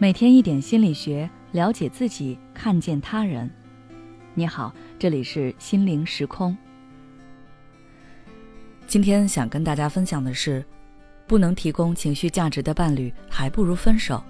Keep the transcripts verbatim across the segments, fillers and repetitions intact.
每天一点心理学，了解自己，看见他人。你好，这里是心灵时空。今天想跟大家分享的是，不能提供情绪价值的伴侣，还不如分手。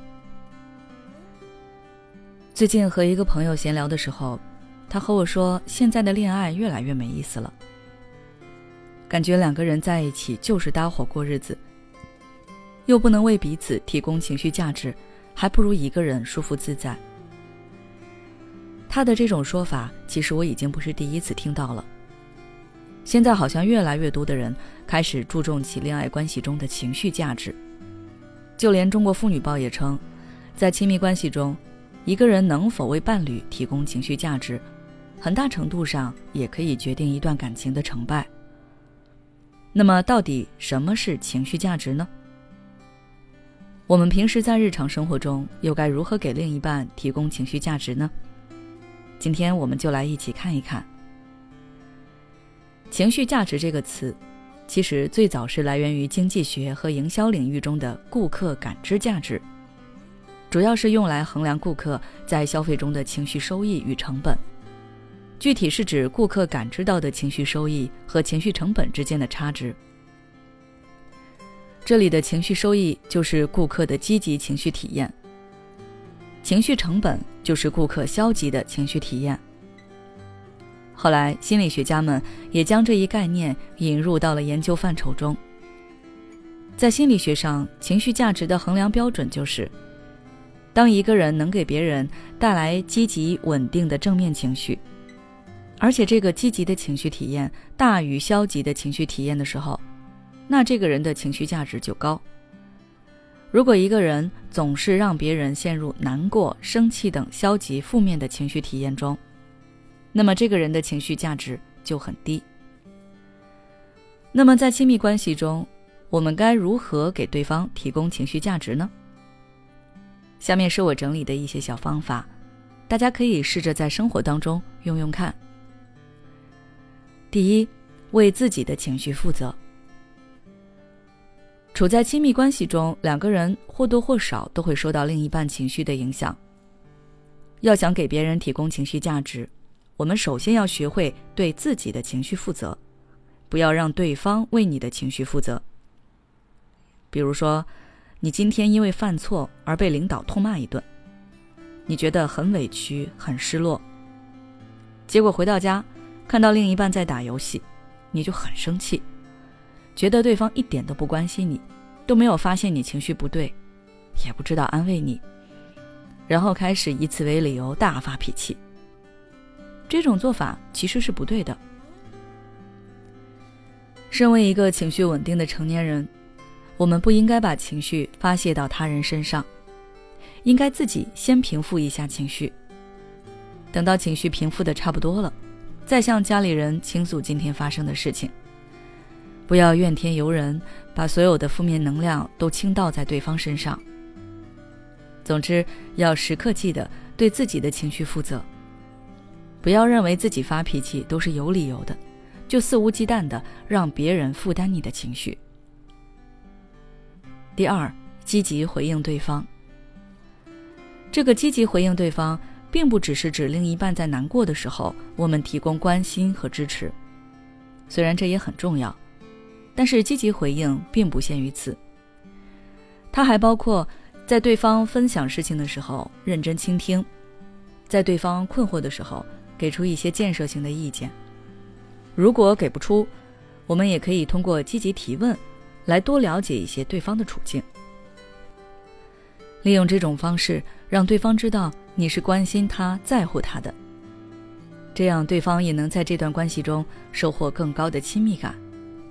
最近和一个朋友闲聊的时候，他和我说，现在的恋爱越来越没意思了，感觉两个人在一起就是搭伙过日子，又不能为彼此提供情绪价值，还不如一个人舒服自在。他的这种说法，其实我已经不是第一次听到了。现在好像越来越多的人开始注重起恋爱关系中的情绪价值。就连中国妇女报也称，在亲密关系中，一个人能否为伴侣提供情绪价值，很大程度上也可以决定一段感情的成败。那么到底什么是情绪价值呢？我们平时在日常生活中又该如何给另一半提供情绪价值呢？今天我们就来一起看一看。情绪价值这个词，其实最早是来源于经济学和营销领域中的顾客感知价值，主要是用来衡量顾客在消费中的情绪收益与成本。具体是指顾客感知到的情绪收益和情绪成本之间的差值。这里的情绪收益就是顾客的积极情绪体验，情绪成本就是顾客消极的情绪体验。后来心理学家们也将这一概念引入到了研究范畴中。在心理学上，情绪价值的衡量标准就是，当一个人能给别人带来积极稳定的正面情绪，而且这个积极的情绪体验大于消极的情绪体验的时候，那这个人的情绪价值就高。如果一个人总是让别人陷入难过、生气等消极负面的情绪体验中，那么这个人的情绪价值就很低。那么在亲密关系中，我们该如何给对方提供情绪价值呢？下面是我整理的一些小方法，大家可以试着在生活当中用用看。第一，为自己的情绪负责。处在亲密关系中，两个人或多或少都会受到另一半情绪的影响。要想给别人提供情绪价值，我们首先要学会对自己的情绪负责，不要让对方为你的情绪负责。比如说，你今天因为犯错而被领导痛骂一顿，你觉得很委屈、很失落，结果回到家看到另一半在打游戏，你就很生气，觉得对方一点都不关心你，都没有发现你情绪不对，也不知道安慰你，然后开始以此为理由大发脾气。这种做法其实是不对的。身为一个情绪稳定的成年人，我们不应该把情绪发泄到他人身上，应该自己先平复一下情绪，等到情绪平复的差不多了，再向家里人倾诉今天发生的事情。不要怨天尤人，把所有的负面能量都倾倒在对方身上。总之，要时刻记得对自己的情绪负责，不要认为自己发脾气都是有理由的，就肆无忌惮地让别人负担你的情绪。第二，积极回应对方。这个积极回应对方，并不只是指另一半在难过的时候，我们提供关心和支持，虽然这也很重要，但是积极回应并不限于此。它还包括在对方分享事情的时候认真倾听，在对方困惑的时候给出一些建设性的意见。如果给不出，我们也可以通过积极提问来多了解一些对方的处境。利用这种方式让对方知道你是关心他、在乎他的，这样对方也能在这段关系中收获更高的亲密感。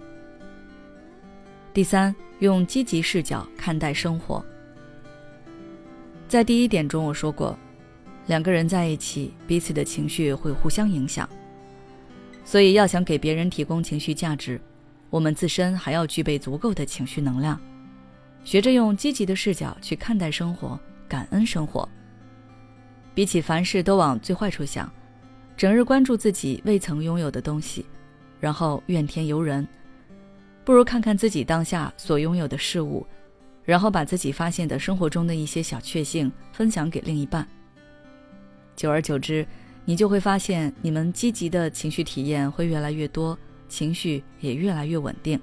第三，用积极视角看待生活。在第一点中我说过，两个人在一起，彼此的情绪会互相影响，所以要想给别人提供情绪价值，我们自身还要具备足够的情绪能量，学着用积极的视角去看待生活，感恩生活。比起凡事都往最坏处想，整日关注自己未曾拥有的东西，然后怨天尤人，不如看看自己当下所拥有的事物， 然后把自己发现的生活中的一些小确幸分享给另一半。久而久之，你就会发现你们积极的情绪体验会越来越多，情绪也越来越稳定。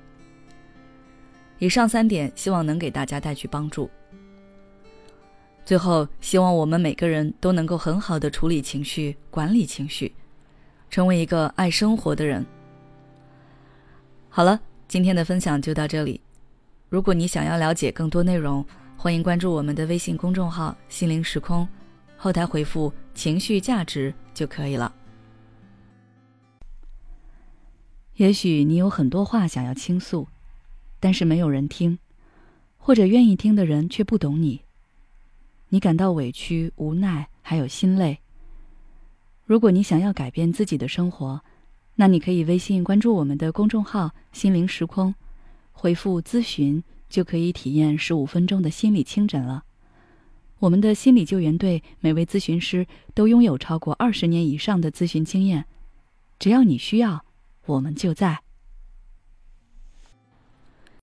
以上三点希望能给大家带去帮助。最后，希望我们每个人都能够很好的处理情绪，管理情绪，成为一个爱生活的人。好了，今天的分享就到这里。如果你想要了解更多内容，欢迎关注我们的微信公众号心灵时空，后台回复情绪价值就可以了。也许你有很多话想要倾诉，但是没有人听，或者愿意听的人却不懂你。你感到委屈、无奈，还有心累。如果你想要改变自己的生活，那你可以微信关注我们的公众号心灵时空，回复咨询就可以体验十五分钟的心理清诊了。我们的心理救援队每位咨询师都拥有超过二十年以上的咨询经验，只要你需要，我们就在。